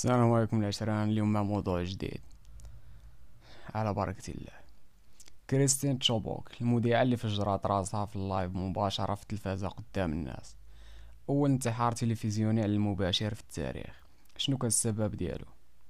السلام عليكم العشرة. اليوم مع موضوع جديد على بركة الله. كريستين تشوبوك، المذيعة اللي فجرت راسها في اللايف مباشرة في التلفازة قدام الناس، أول انتحار تلفزيوني على المباشر في التاريخ. شنو كان السبب ديالو؟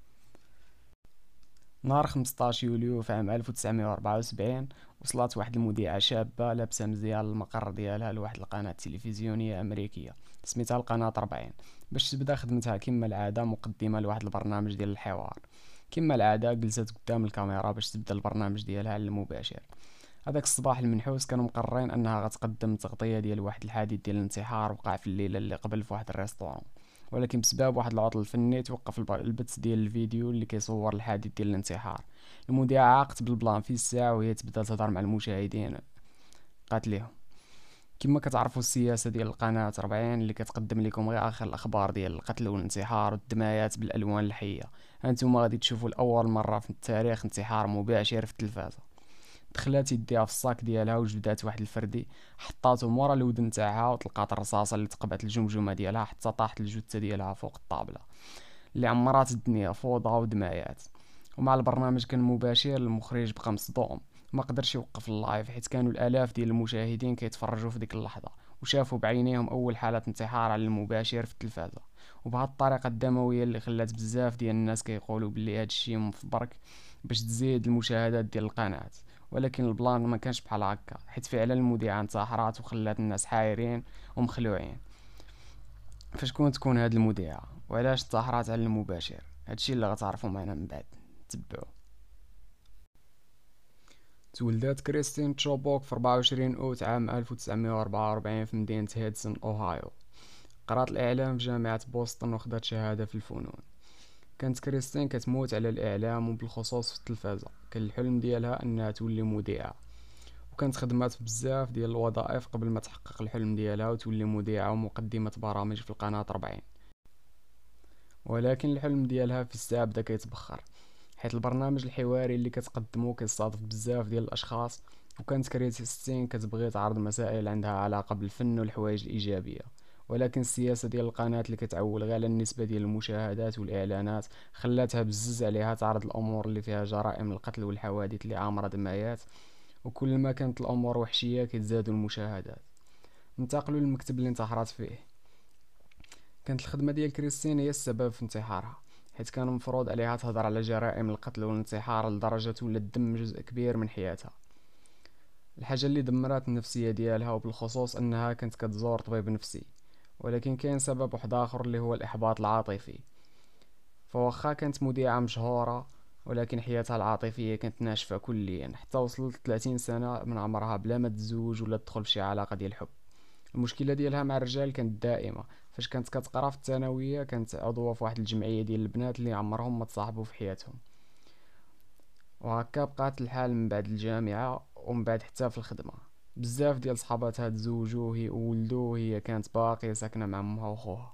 نهار 15 يوليو في عام 1974 وصلت واحد المذيعة شابة لابسة مزيان للمقر ديالها لواحد القناة تلفزيونية أمريكية سميتها القناة 40 باش تبدا خدمتها كما العادة، مقدمة لواحد البرنامج ديال الحوار. كما العادة جلست قدام الكاميرا باش تبدا البرنامج ديالها على المباشر. هذاك الصباح المنحوس كانوا مقررين انها غتقدم تغطية ديال واحد الحادث ديال الانتحار وقع في الليلة اللي قبل في واحد الريستورون، ولكن بسبب واحد العطل الفني توقف البث ديال الفيديو اللي كيصور الحادث ديال الانتحار. المذيعة عاقت بالبلان في الساعة وهي تبدا تهضر مع المشاهدين. قالت لهم: كما كتعرفوا السياسة ديال القناة 40 اللي كتقدم لكم غير اخر الاخبار ديال القتل والانتحار والدمايات بالالوان الحية، هانتوما غادي تشوفوا لاول مرة في التاريخ انتحار مباشر في التلفازة. دخلات يديها في الصاك ديالها وجبدات واحد الفردي، حطاتو مورا الودن تاعها وطلقات الرصاصة اللي تقبات الجمجمة ديالها حتى طاحت الجثة ديالها فوق الطابلة اللي عمرات الدنيا فوضى ودمايات. ومع البرنامج كان مباشر، المخرج بقى مصدوم، ما قدرش يوقف اللايف حيت كانوا الالاف ديال المشاهدين كيتفرجوا في ديك اللحظه وشافوا بعينيهم اول حاله انتحار على المباشر في التلفازه. وبهذه الطريقه الدمويه اللي خلات بزاف ديال الناس كيقولوا بلي هذا الشيء مفبرك باش تزيد المشاهدات ديال القناه. ولكن البلان ما كانش بحال هكا، حيت فعلا المذيعه انتحرات وخلات الناس حايرين ومخلوعين. فاش تكون هاد المذيعه وعلاش انتحرات على المباشر؟ هادشي اللي غتعرفوا معنا من بعد. تبعوا. تولدت كريستين تشوبوك في 24 أوت عام 1944 في مدينة هيدسون، أوهايو. قرات الإعلام في جامعة بوسطن وخدت شهادة في الفنون. كانت كريستين كتموت على الإعلام وبالخصوص في التلفازة، كان الحلم ديالها أنها تولي مذيعة، وكانت خدمات بزاف ديال الوظائف قبل ما تحقق الحلم ديالها وتولي مذيعة ومقدمة برامج في القناة 40. ولكن الحلم ديالها في الساعة بدا كيتبخر، حيت البرنامج الحواري اللي كتقدمو كيستضيف بزاف ديال الاشخاص، وكانت كريستين كتبغي تعرض مسائل عندها علاقه بالفن والحوايج الايجابيه. ولكن السياسه ديال القناه اللي كتعول غير على النسبه ديال المشاهدات والاعلانات خلاتها بزز عليها تعرض الامور اللي فيها جرائم القتل والحوادث اللي عامره دمايات. وكل ما كانت الامور وحشيه كيتزادوا المشاهدات. انتقلوا للمكتب اللي انتحرت فيه. كانت الخدمة ديال كريستين هي السبب في انتحارها، حيت كان مفروض عليها تهضر على جرائم القتل والانتحار لدرجة ولا الدم جزء كبير من حياتها. الحاجة اللي دمرات النفسية ديالها، وبالخصوص انها كانت كتزور طبيب نفسي. ولكن كاين سبب واحد اخر اللي هو الاحباط العاطفي. فوخا كانت مذيعة مشهورة، ولكن حياتها العاطفية كانت ناشفة كليا حتى وصلت 30 سنة من عمرها بلا ما تزوج ولا تدخل في شي علاقة ديال حب. المشكله ديالها مع الرجال كانت دائمه. فاش كانت كتقرا في الثانويه كانت عضوه في واحد الجمعيه ديال البنات اللي عمرهم ما تصاحبوا في حياتهم. وهكا بقات الحال من بعد الجامعه ومن بعد حتى في الخدمه. بزاف ديال صحاباتها تزوجوا هي وولدوا، هي كانت باقيه ساكنه مع امها وخوها.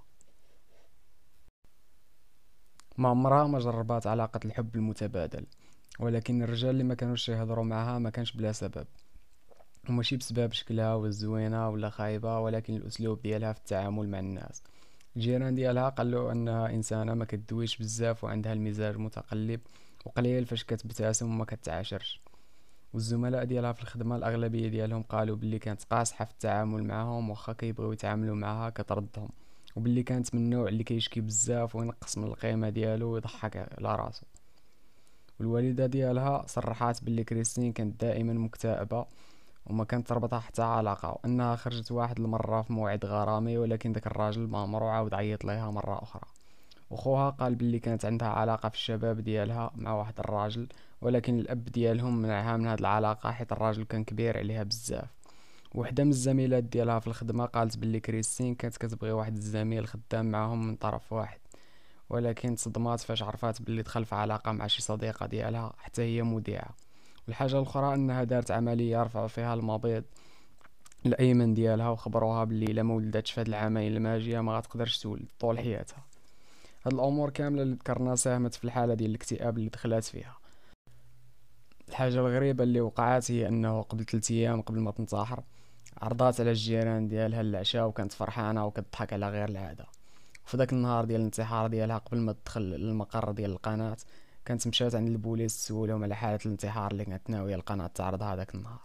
ما عمرها ما جربات علاقه الحب المتبادل، ولكن الرجال اللي ما كانوش يهضروا معها ما كانش بلا سبب، وماشي بسبب شكلها والزوينه ولا خايبه، ولكن الاسلوب ديالها في التعامل مع الناس. الجيران ديالها قالوا انها انسانه ما كتدويش بزاف وعندها المزاج متقلب، وقليل فاش كتبتسم وما كتعاشرش. والزملاء ديالها في الخدمه الاغلبيه ديالهم قالوا باللي كانت قاصحه في التعامل معهم، واخا كيبغيو يتعاملوا معها كتردهم، وباللي كانت من النوع اللي كيشكي بزاف وينقص من القيمه ديالو ويضحك على راسو. والوالده ديالها صرحات باللي كريستين كانت دائما مكتئبه وما كانت تربطها حتى علاقة، وأنها خرجت واحد المرة في موعد غرامي ولكن داك الراجل ما عمرو عاود عيط ليها مرة أخرى. وخوها قال باللي كانت عندها علاقة في الشباب ديالها مع واحد الراجل، ولكن الأب ديالهم منعها من هاد العلاقة حيت الراجل كان كبير عليها بزاف. وحدة من الزميلات ديالها في الخدمة قالت باللي كريستين كانت كتبغي واحد الزميل خدام معاهم من طرف واحد، ولكن صدمات فاش عرفات باللي دخل في علاقة مع شي صديقة ديالها حتى هي مذيعة. والحاجة الأخرى أنها دارت عملية رفعوا فيها المبيض الايمن ديالها، وخبروها باللي الا ما ولدتش في هاد العامين الماجيه ما غتقدرش تولد طول حياتها. هاد الامور كامله اللي ذكرنا ساهمت في الحاله ديال الاكتئاب اللي دخلات فيها. الحاجه الغريبه اللي وقعات هي انه قبل 3 ايام قبل ما تنتحر عرضات على الجيران ديالها العشاء، وكانت فرحانه وكتضحك على غير العاده. وفي داك النهار ديال الانتحار ديالها قبل ما تدخل للمقر ديال القناة كانت مشات عند البوليس تسولهم على حالة الانتحار اللي كانت ناوية القناة تعرضها داك النهار.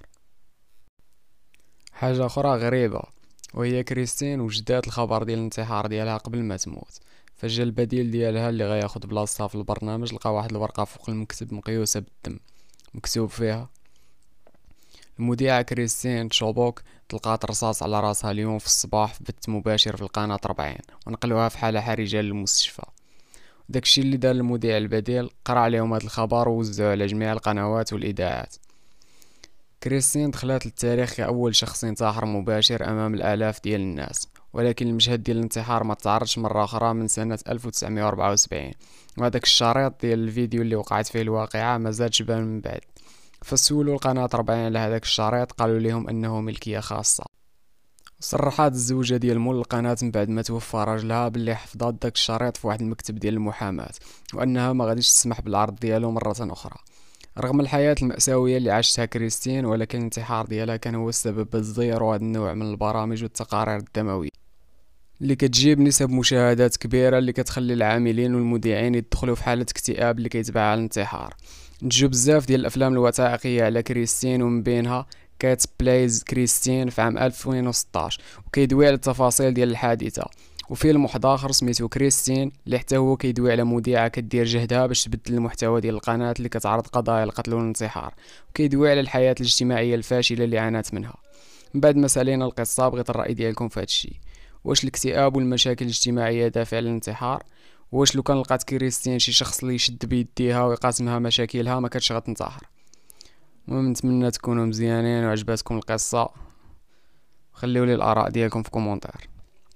حاجة أخرى غريبة وهي كريستين وجدات الخبر ديال الانتحار ديالها قبل ما تموت، فجا البديل ديالها اللي غياخد بلاصتها في البرنامج لقى واحد الورقة فوق المكتب مقيوسة بالدم مكتوب فيها: المذيعة كريستين تشوبوك تلقات رصاص على راسها اليوم في الصباح في بث مباشر في القناة 40 ونقلوها في حالة حرجة للمستشفى. داكشي اللي دار المذيع البديل قرا عليهم هاد الخبر ووزعو على جميع القنوات والإذاعات. كريستين دخلت للتاريخ كأول شخص انتحر مباشر أمام الآلاف ديال الناس، ولكن المشهد ديال الانتحار ما تعرضش مرة أخرى من سنة 1974، وهداك الشريط ديال الفيديو اللي وقعت فيه الواقعة مازال شبان من بعد. فسولوا القناة 40 على هداك الشريط، قالوا لهم أنه ملكية خاصة. صرحات الزوجة ديال مول القناة من بعد ما توفى راجلها باللي حفظات داك الشريط في واحد المكتب ديال المحاماة، وأنها ما غاديش تسمح بالعرض ديالو مرة أخرى. رغم الحياة المأساوية اللي عاشتها كريستين، ولكن الانتحار ديالها كان هو السبب بزيرو هذا النوع من البرامج والتقارير الدموية اللي كتجيب نسب مشاهدات كبيرة، اللي كتخلي العاملين والمذيعين يدخلوا في حالة اكتئاب اللي كيتبعها الانتحار. نتجو بزاف ديال الافلام الوثائقية على كريستين، ومن بينها كات بلايز كريستين في عام 2016 وكيدوي على التفاصيل ديال الحادثة، وفيلم واحد اخر سميتو كريستين اللي حتى هو كيدوي على مذيعة كدير جهدها باش تبدل المحتوى ديال القناة اللي كتعرض قضايا القتل والانتحار، وكيدوي على الحياة الاجتماعية الفاشلة اللي عانت منها. من بعد ما سالينا القصة بغيت الرأي ديالكم في هادشي. واش الاكتئاب والمشاكل الاجتماعية دافع للانتحار؟ واش لو كان لقات كريستين شي شخص اللي يشد بيديها ويقاسمها مشاكلها ما كانتش غتنتحر؟ المهم نتمنى تكونوا مزيانين وعجباتكم القصة، خليوا لي الآراء ديالكم في كومونتير.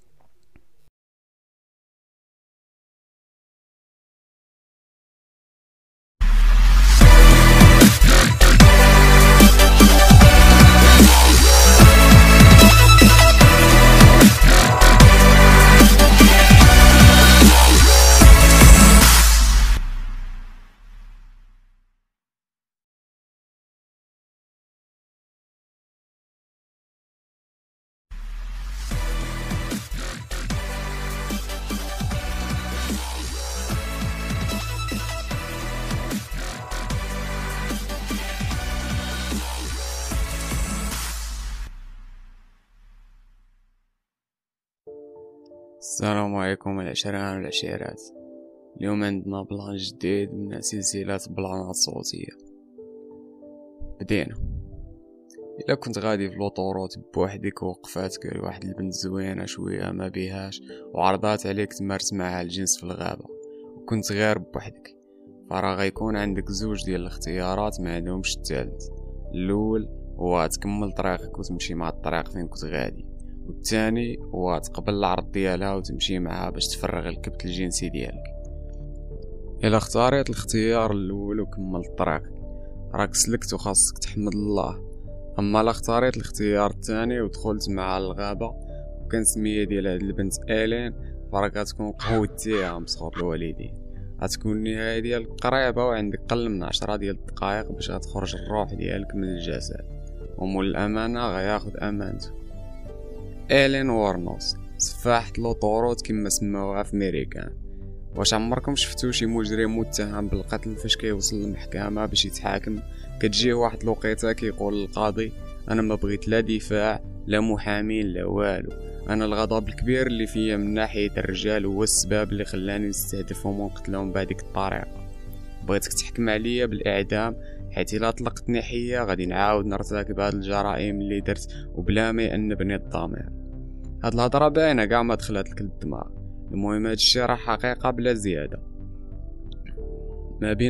السلام عليكم العشران والعشيرات. اليوم عندنا بلان جديد من سلسلة بلانات صوتية. بدينا. إلا كنت غادي في لوطوروت بوحدك ووقفاتك واحد البنت زوينة شوية ما بيهاش وعرضات عليك تمارس معها الجنس في الغابة، وكنت غير بوحدك، فراه غيكون عندك زوج ديال الاختيارات ما عندهمش الثالث. الاول هو تكمل طريقك وتمشي مع الطريق فين كنت غادي، والثاني هو تقبل العرض ديالها وتمشي معها باش تفرغ الكبت الجنسي ديالك. الا اختاريت الاختيار الاول وكملت طريقك راك سلكت وخاصك تحمد الله. اما لا اختاريت الاختيار الثاني ودخلت مع الغابه وكان سميه ديال هاد البنت الين، فراك غتكون قوتيها مسخوط الوالدين، غتكون النهايه ديالك قريبه وعندك قل من 10 ديال الدقائق باش غتخرج الروح ديالك من الجسد، ومول الامانه غياخد امانته. إلين وورنوس سفاحة لوطوروت كما سماوها في ميريكان. واش عمركم شفتو شي مجرم متهم بالقتل فاش كيوصل للمحكمة باش يتحاكم كتجيه واحد الوقيته كيقول للقاضي انا ما بغيت لا دفاع لا محامين لا والو، انا الغضب الكبير اللي فيا من ناحية الرجال هو السبب اللي خلاني نستهدفهم ونقتلهم بهذيك الطريقة. بغيتك تحكم عليا بالاعدام حيت الا طلقتني حية غادي نعاود نرتكب هاد الجرائم اللي درت وبلا ما يأنبني الضمير. هاد الهضره باينه كاع ما دخلت لك الدماغ. المهم هاد الشيء راه حقيقه بلا زياده. ما بين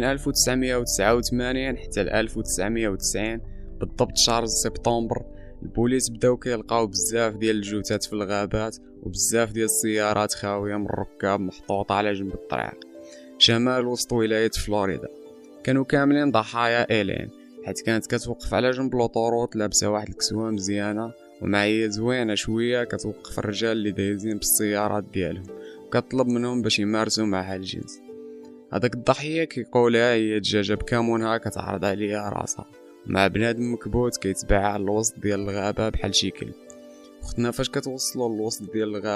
1989 حتى 1990 بالضبط شهر سبتمبر البوليس بداو كيلقاو بزاف ديال الجثث في الغابات وبزاف ديال السيارات خاويه من الركاب محطوطه على جنب الطريق شمال وسط ولايه فلوريدا. كانوا كاملين ضحايا إلين، حيت كانت كتوقف على جنب لوطوروت لابسه واحد الكسوه مزيانه ومعايا زوينه شويه كتوقف الرجال اللي دايزين بالسيارات ديالهم وكتطلب منهم باش يمارسوا معها الجنس. هذاك الضحيه كيقولها هي دجاجه بكامونها كتعرض عليها راسها مع بنادم مكبوت كيتباع على الوسط ديال الغابه بحال شي كلب. اختنا فاش كتوصلوا للوسط ديال الغابه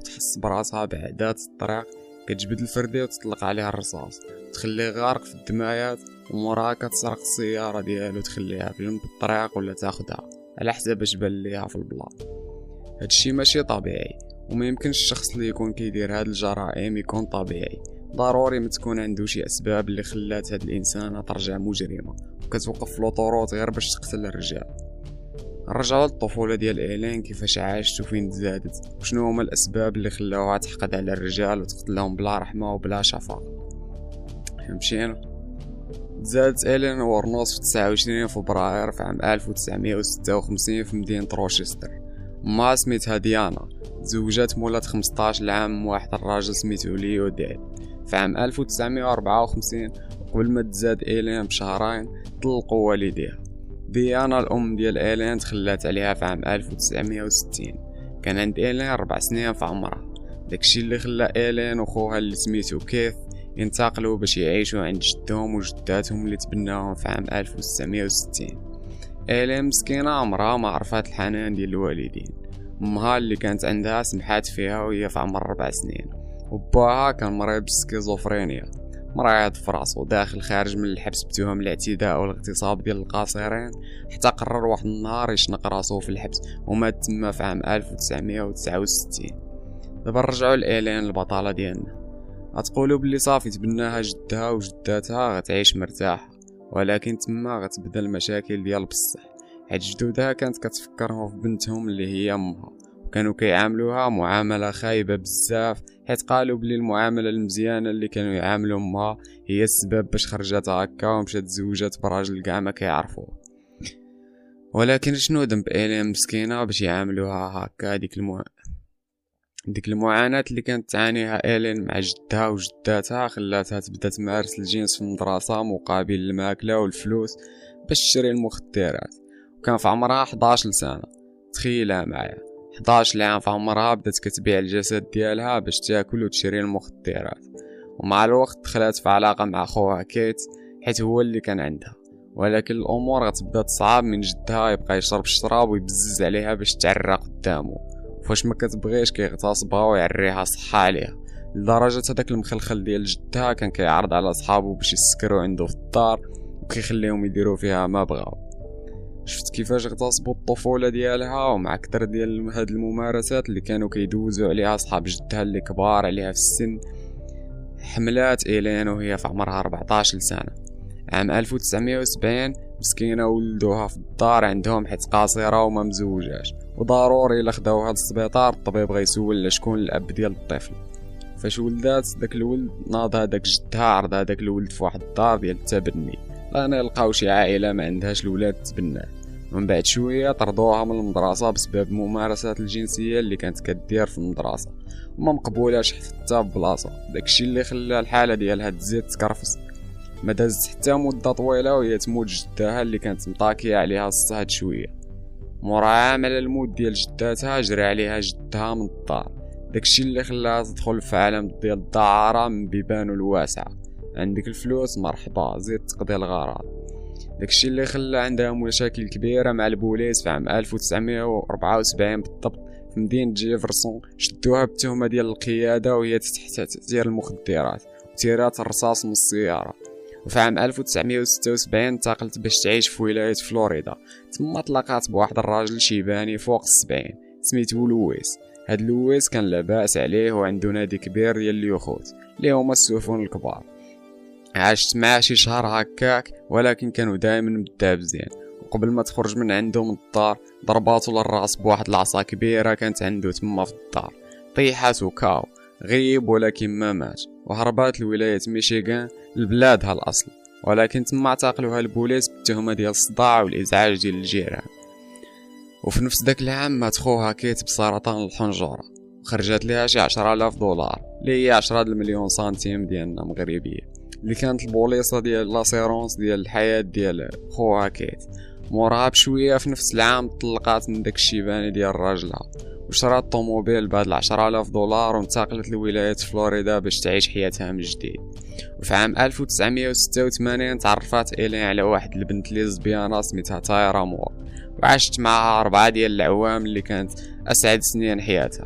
وتحس براسها بعدات الطريق كتجبد الفردي وتطلق عليها الرصاص تخليه غارق في الدمايات، وموراها كتسرق السيارة ديالو تخليها في جنب الطريق ولا تاخدها على حساب اش بان ليها في البلاصة. هادشي ماشي طبيعي، وما يمكنش الشخص اللي يكون كيدير هاد الجرائم يكون طبيعي. ضروري ما تكون عنده شي اسباب اللي خلات هاد الانسانه ترجع مجرمه وكتوقف في لوطوروط غير باش تقتل الرجال. نرجعوا للطفوله ديال إيلين، كيفاش عاشت وفين تزادت وشنو هما الاسباب اللي خلاوها تحقد على الرجال وتقتلهم بلا رحمه وبلا شفقه. مشينا تزادت إيلين وورنوس في 29 فبراير في عام 1956 في مدينه روشستر. ما سميتها ديانا، تزوجت مولات 15 عام واحد الراجل سميتو ليو ديل في عام 1954. قبل ما تزاد إيلين بشهرين طلقوا والديها. ديانا الأم ديال إيلين تخلات عليها في عام 1960. كان عند إيلين 4 سنين في عمرها، داكشي اللي خلى إيلين وخوها اللي سميتو كيث ينتقلوا باش يعيشوا عند جدهم وجداتهم اللي تبناهم في عام 1960. إيلين مسكينة عمرها ما عرفات الحنان ديال الوالدين. امها اللي كانت عندها سمحات فيها وهي في عمر 4 سنين، وباها كان مريض بالسكيزوفرينيا، مريض في راسو داخل خارج من الحبس بتهم الاعتداء والاغتصاب ديال القاصرين، حتى قرر واحد النهار يشنق راسو في الحبس ومات تما في عام 1969. دابا نرجعوا لإيلين البطلة ديالنا. غتقولوا بلي صافي تبناها جدها وجداتها غتعيش مرتاحه، ولكن تما غتبدا المشاكل ديال بصح، حيت جدودها كانت كتفكرهم في بنتهم اللي هي امها، وكانوا كيعاملوها معامله خايبه بزاف، حيت قالوا بلي المعامله المزيانه اللي كانوا يعاملوا امها هي السبب باش خرجت هكا ومشات تزوجات براجل كاع ما كيعرفوه. ولكن شنو ذنب إيلين مسكينه باش يعاملوها هكا؟ ديك المعاناة اللي كانت تعانيها إيلين مع جدها وجداتها خلاتها تبدا تمارس الجنس في المدرسة مقابل الماكلة والفلوس باش تشري المخدرات، وكان في عمرها 11 سنة. تخيلها معايا، 11 عام في عمرها بدات كتبيع الجسد ديالها باش تاكل وتشري المخدرات. ومع الوقت دخلت في علاقة مع خوها كيت حيت هو اللي كان عندها، ولكن الامور غتبدا تصعب من جدها يبقى يشرب الشراب ويبزز عليها باش تعرى قدامه، فاش ما كتبغيش كيغتصبها ويعريها صحة عليها، لدرجة هداك المخلخل ديال جدها كان كيعرض على صحابو باش يسكروا عنده في الدار وكيخليهم يديروا فيها ما بغاو. شفت كيفاش اغتصبوا الطفولة ديالها، ومع كتر ديال هاد الممارسات اللي كانوا كيدوزوا عليها صحاب جدها اللي كبار عليها في السن، حملات إيلين وهي في عمرها 14 سنة. عام 1970 مسكينة ولدوها في الدار عندهم حيت قاصرة وما مزوجاش، وضروري الا خداوها للسبيطار الطبيب غيسول شكون الاب ديال الطفل. فاش ولدات داك الولد ناض هداك جدها عرض هداك الولد في واحد الدار ديال التبني، انا لقاو شي عائله ما عندهاش الولاد تبناه. من بعد شويه طردوها من المدرسه بسبب الممارسات الجنسيه اللي كانت كدير في المدرسه، وما مقبولاش حتى ببلاصه. داكشي اللي خلى الحاله ديالها تزيد تكرفس. ما دازت حتى مده طويله وهي تموت جدها اللي كانت مطاكيه عليها الصهد شويه. مورا عام على الموت ديال جداتها جرى عليها جدها من الدار، داكشي اللي خلاها تدخل في عالم ديال الدعاره من بيبانو الواسعه. عندك الفلوس مرحبا، زيد تقضي الغرض. داكشي اللي خلى عندها مشاكل كبيره مع البوليس. في عام 1974 بالضبط في مدينه جيفرسون شدوها بتهمه ديال القياده وهي تحت تاثير المخدرات وتيرات الرصاص من السياره. وفي عام 1976 انتقلت باش تعيش في ولاية فلوريدا، تما تلاقات بواحد الراجل شيباني فوق 70 سميتو لويس. هاد لويس كان لاباس عليه وعنده نادي كبير ديال اليخوت اللي هما السفن الكبار. عاشت معاه شي شهر هكاك، ولكن كانوا دائما متدابزين. وقبل ما تخرج من عنده من الدار ضرباتو للراس بواحد العصا كبيرة كانت عنده تما في الدار، طيحات وكاو غريب ولكن ما مات، وهربات لولاية ميشيغان لبلادها الأصل. ولكن تما اعتقلوها البوليس بالتهمة ديال الصداع والإزعاج ديال الجيران. وفي نفس داك العام مات خوها كيت بسرطان الحنجرة، وخرجت ليها شي 10,000 دولار اللي هي 10 مليون سنتيم ديالنا مغربية، اللي كانت البوليصة ديال لاسيرونس ديال الحياة ديال خوها كيت. موراها بشوية في نفس العام طلقات من داك الشيباني ديال راجلها وشرات طوموبيل بهاد 10,000 دولار وانتقلت لولاية فلوريدا باش تعيش حياتها من جديد. وفي عام 1986 تعرفت إيلين على واحد البنت ليزبيانة سميتها تايرا مور، وعاشت معها 4 ديال العوام اللي كانت أسعد سنين حياتها.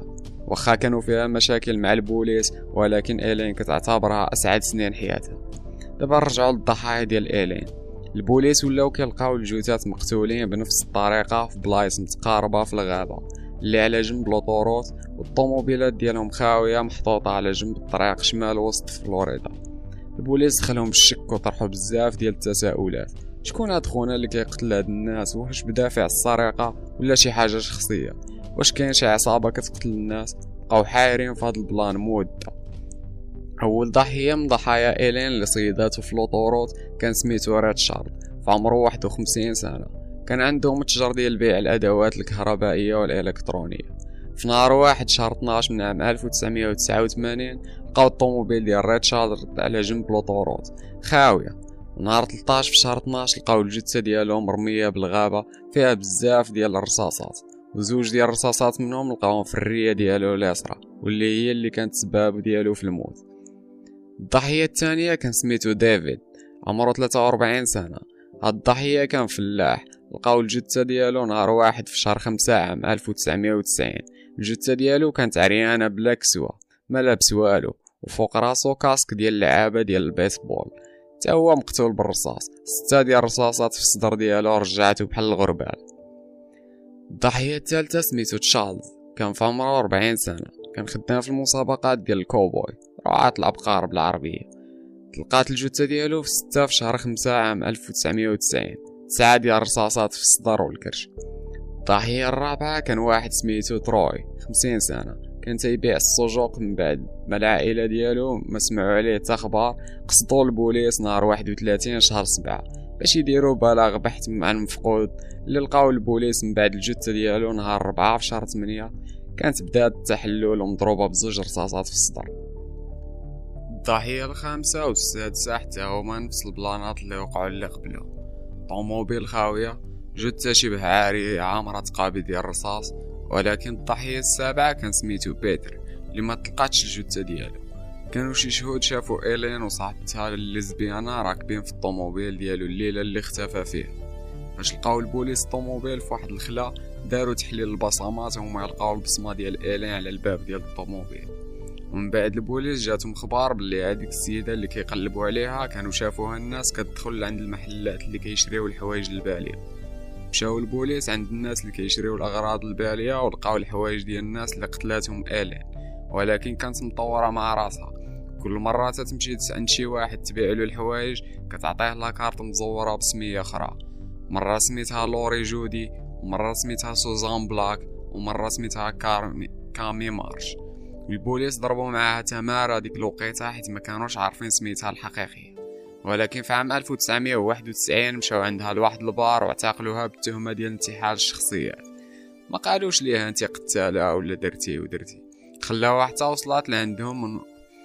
واخا كانوا فيها مشاكل مع البوليس، ولكن إيلين كتعتبرها أسعد سنين حياتها. دابا نرجعوا للضحايا ديال إيلين. البوليس ولاو كيلقاو الجثث مقتولين بنفس الطريقة في بلايص متقاربة في الغابة اللي على جنب لوطوروت، والطوموبيلات ديالهم خاوية محطوطة على جنب الطريق شمال وسط فلوريدا. البوليس دخلهم بالشك وطرحوا بزاف ديال التساؤلات. شكون هاد خونا اللي كيقتل هاد الناس؟ واش بدافع السرقة ولا شي حاجة شخصية؟ واش كاين شي عصابة كتقتل الناس؟ بقاو حايرين في هاد البلان مدة. اول ضحية من ضحايا إيلين اللي صيداتو في لوطوروت كان سميتو ريتشارد، في عمره 51 سنة. كان عنده متجر ديال بيع الادوات الكهربائية والالكترونية. في نهار 1 شهر 12 من عام 1989 لقاو الطوموبيل ديال ريتشارد على جنب لوطوروت خاوية. ونهار 13 في شهر 12 لقاو الجثة ديالو مرمية بالغابة فيها بزاف ديال الرصاصات، وزوج ديال الرصاصات منهم لقاوهم في الرية ديالو اليسرى، واللي هي اللي كانت سبب ديالو في الموت. الضحية الثانية كان سميتو ديفيد، عمره 43 سنة. هاد الضحية كان فلاح. لقاو الجثة ديالو نهار 1 في شهر 5 عام 1990. الجثة ديالو كانت عريانة بلا كسوة، ما لابس والو، وفوق راسو كاسك ديال اللعابة ديال البيسبول. تا هو مقتول بالرصاص. 6 ديال الرصاصات في الصدر ديالو رجعته بحال الغربال. الضحية الثالثة سميتو تشارلز، كان في عمره 40 سنة. كان خدام في المسابقات ديال الكوبوي، رعاة الأبقار بالعربية. تلقات الجثة ديالو في 6 في شهر 5 عام 1990، 9 ديال الرصاصات في الصدر والكرش. الضحية الرابعة كان واحد سميتو تروي، 50 سنة. كان تيبيع السجوق. من بعد ما العائلة ديالو ما سمعوا عليه حتى خبار، قصدوا البوليس نهار 31 شهر 7 باش يديروا بلاغ بحث مع المفقود. اللي لقاو البوليس من بعد الجثة ديالو نهار 4 في شهر 8 كانت بدات التحلل ومضروبة بزوج رصاصات في الصدر. الضحية الخامسة والسادسة حتى هما نفس البلانات اللي وقعوا اللي قبله. طوموبيل خاوية، جثة شبه عارية عامرة تقابي ديال الرصاص. ولكن الضحية السابعة كان سميتو بيتر اللي ما تلقاتش الجثة ديالو. كانوا شي شهود شافوا إيلين وصاحبتها الليزبيانة راكبين في الطوموبيل ديالو الليلة اللي اختفى فيها. باش لقاو البوليس الطوموبيل في واحد الخلا، داروا تحليل البصمات وهما لقاو البصمة ديال إيلين على الباب ديال الطوموبيل. ومن بعد البوليس جاتهم خبار باللي هذيك السيدة اللي كيقلبوا عليها كانوا شافوها الناس كتدخل عند المحلات اللي كيشريو الحوايج البالية. مشاو البوليس عند الناس اللي كيشريو الاغراض الباليه ولقاو الحوايج ديال الناس اللي قتلاتهم إيلين، ولكن كانت مطوره مع راسها. كل مره تمشي عند شي واحد تبيع له الحوايج كتعطيه لاكارت مزوره بسميه اخرى. مره سميتها لوري جودي، ومره سميتها سوزان بلاك، ومره سميتها كامي مارش. البوليس ضربوا معاها تماره ديك الوقيته حيت ما كانوش عارفين سميتها الحقيقيه. ولكن في عام 1991 مشاو عندها لواحد البار واعتقلوها بالتهمه ديال انتحال الشخصيات. ما قالوش ليها انت قتاله ولا درتي ودرتي، خلاوها حتى وصلت لعندهم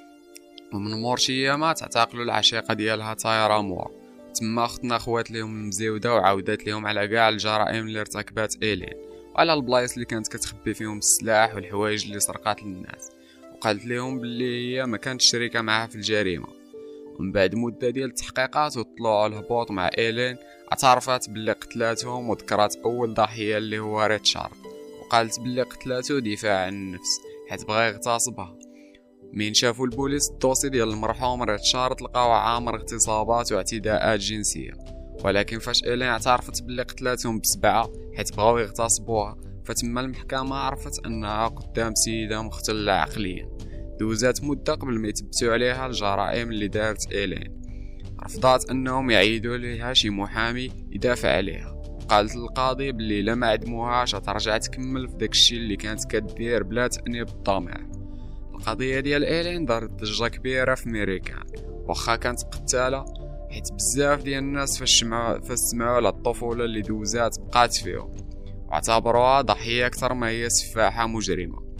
ومن مور شي ايامات اعتقلوا العشيقه ديالها تايرا مور. تما اختنا خوات ليهم المزيوده وعاودات ليهم على كاع الجرائم اللي ارتكبات إيلين، وعلى البلايص اللي كانت كتخبي فيهم السلاح والحوايج اللي سرقات للناس، وقالت ليهم باللي هي ما كانتش شريكه معها في الجريمه. ومن بعد مده ديال التحقيقات والطلوع الهبوط مع إيلين اعترفت باللي قتلاتهم، وذكرت اول ضحيه اللي هو ريتشارد، وقالت باللي قتلاتو دفاع عن النفس حيت بغى يغتصبها. من شافوا البوليس الدوسي ديال المرحوم ريتشارد لقاوه عامر اغتصابات واعتداءات جنسيه. ولكن فاش إيلين اعترفت باللي قتلاتهم ب7 حيت بغاو يغتصبوها، فتما المحكمه عرفت انها قدام سيده مختله عقليا. دوزات مده قبل ما يثبتوا عليها الجرائم اللي دارت إيلين. رفضات انهم يعيدوا ليها شي محامي يدافع عليها. قالت للقاضي باللي لا ما عدموهاش ترجع تكمل في داكشي اللي كانت كدير بلا تأنيب الضمير. القضيه ديال إيلين دارت ضجه كبيره في امريكان، واخا كانت قتاله حيت بزاف ديال الناس فاش سمعوا على الطفوله اللي دوزات بقات فيهم واعتبروها ضحيه اكثر ما هي سفاحه مجرمه.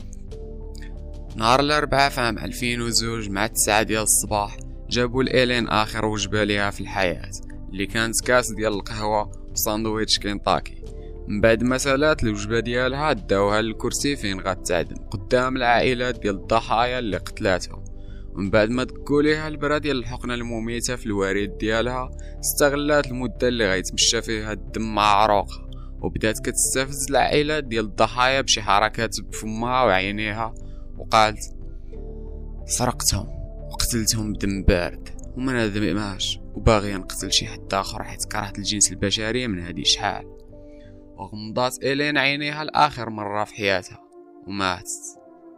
نهار الأربعاء في عام 2002 مع 9 ديال الصباح جابوا لإيلين آخر وجبة ليها في الحياة، اللي كانت كاس ديال القهوة وساندويتش كينطاكي. من بعد ما سالات الوجبة ديالها داوها للكرسي فين غتعدم قدام العائلات ديال الضحايا اللي قتلاتهم. ومن بعد ما دكوا ليها البرا ديال الحقنة المميتة في الوريد ديالها، استغلات المدة اللي غيتمشى فيها الدم مع عروقها، وبدات كتستفز العائلات ديال الضحايا بشي حركات بفمها وعينيها وقالت: سرقتهم وقتلتهم بدم بارد وما ندماش، وباغي نقتل شي حد اخر حيت كرهت الجنس البشري من هذه شحال. وغمضات إلين عينيها لآخر مرة في حياتها وماتت.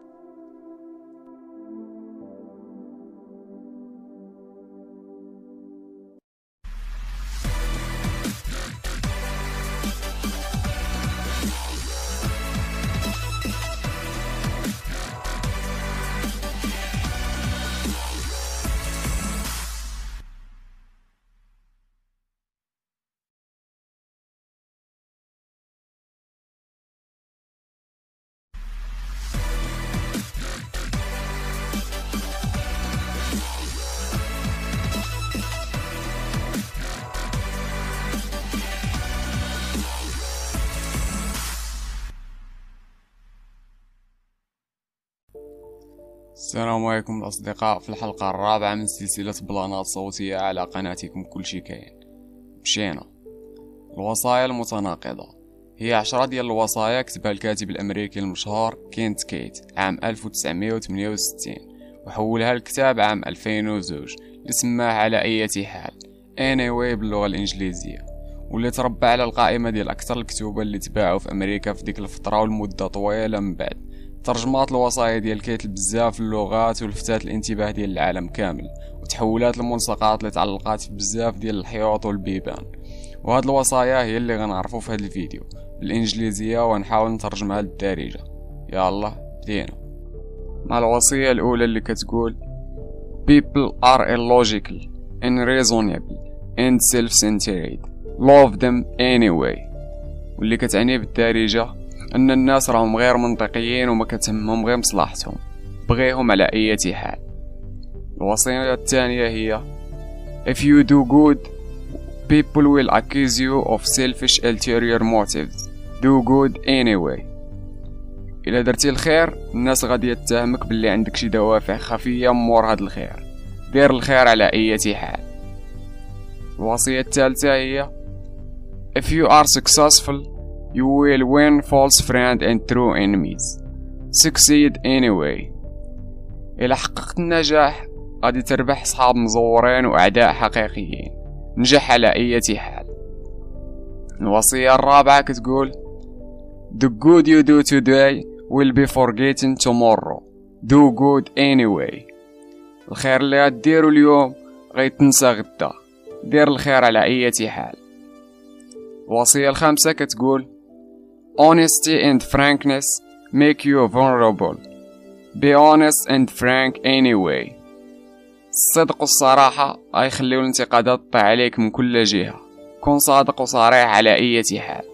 السلام عليكم الأصدقاء، في الحلقة الرابعة من سلسلة بلانات صوتية على قناتكم كل شي كاين. مشينا الوصايا المتناقضة. هي 10 ديال الوصايا كتبها الكاتب الأمريكي المشهور كينت كيت عام 1968 وحولها لكتاب عام 2002 اللي سماه على أي حال Anyway باللغة الإنجليزية، واللي تربع على القائمة ديال أكثر الكتوبة اللي تباعوا في أمريكا في ديك الفترة والمدة طويلة من بعد. ترجمات الوصايا ديال كيت بزاف اللغات ولفتات الانتباه ديال العالم كامل، وتحولات الملصقات اللي تعلقات في بزاف ديال الحيوط والبيبان. وهاد الوصايا هي اللي غنعرفوا في هاد الفيديو بالانجليزيه ونحاول نترجمها للدارجه. يلا بدينا مع الوصيه الاولى اللي كتقول: People are illogical, unreasonable and self-centered. Love them anyway. واللي كتعني بالدارجه ان الناس راهم غير منطقيين وما كتهمهم غير مصلحتهم، بغيهم على اي حال. الوصية الثانية هي: If you do good, people will accuse you of selfish ulterior motives. Do good anyway. إلا درتي الخير الناس غادي يتهمك باللي عندك شي دوافع خفية مور هاد الخير. دير الخير على اي حال. الوصية الثالثة هي: If you are successful, you will win false friends and true enemies. Succeed anyway. إلا حققت النجاح غادي تربح صحاب مزورين وأعداء حقيقيين. نجح على أي حال. الوصية الرابعة كتقول: The good you do today will be forgotten tomorrow. Do good anyway. الخير اللي غديرو اليوم غيتنسى غدا. دير الخير على أي حال. الوصية الخامسة كتقول: Honesty and frankness make you vulnerable. Be honest and frank anyway. الصدق والصراحة غيخليو الانتقادات تطيح عليك من كل جهة. كون صادق وصريح على أي حال.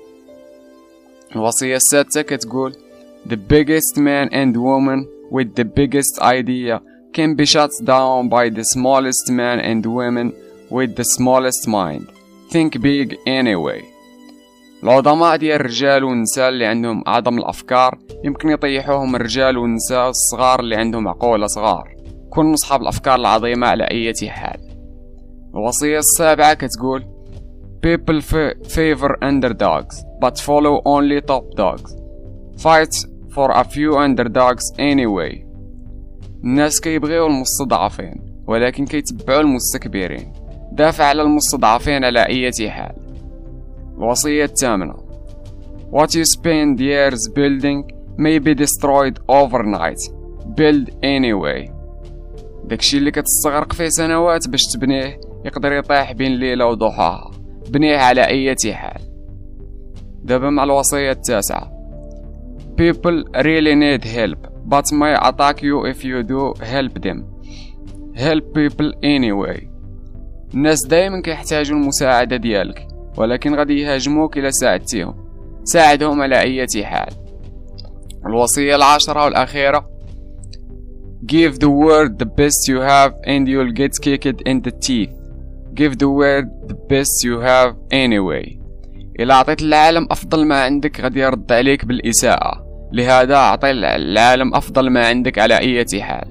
الوصية السادسة كتقول: The biggest man and woman with the biggest idea can be shut down by the smallest man and woman with the smallest mind. Think big anyway. العظماء ديال الرجال والنساء اللي عندهم أعظم الأفكار يمكن يطيحوهم الرجال والنساء الصغار اللي عندهم عقول صغار. كن أصحاب الأفكار العظيمة على أي حال. الوصية السابعة كتقول: People favor underdogs but follow only top dogs. Fight for a few underdogs anyway. الناس كيبغيو المستضعفين ولكن كيتبعوا المستكبرين. دافع على المستضعفين على أي حال. الوصية الثامنة: What you spend years building may be destroyed overnight. Build anyway. داكشي اللي كتستغرق فيه سنوات باش تبنيه يقدر يطيح بين ليلة وضحاها. بنيه على أي حال. دابا مع الوصية التاسعة: People really need help but may attack you if you do help them. Help people anyway. الناس دايما كيحتاجوا المساعدة ديالك ولكن غادي يهاجموك إلا ساعدتيهم. ساعدهم على أي حال. الوصية العاشرة والأخيرة: Give the world the best you have and you'll get kicked in the teeth. Give the world the best you have anyway. إلا عطيت العالم أفضل ما عندك غادي يرد عليك بالإساءة. لهذا أعطي العالم أفضل ما عندك على أي حال.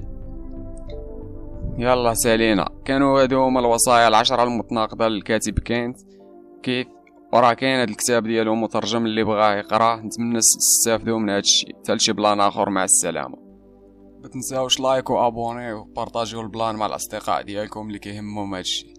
يلا سالينا. كانوا هادو هما الوصايا العشرة المتناقضة للكاتب كيت. وراه كاين هاد الكتاب ديالو مترجم اللي بغاه يقراه. نتمنى تستافدوا من هادشي. حتى لشي بلان اخر، مع السلامه. متنساوش لايك وابوني وبارطاجيو البلان مع الاصدقاء ديالكم اللي كيهمهم هادشي.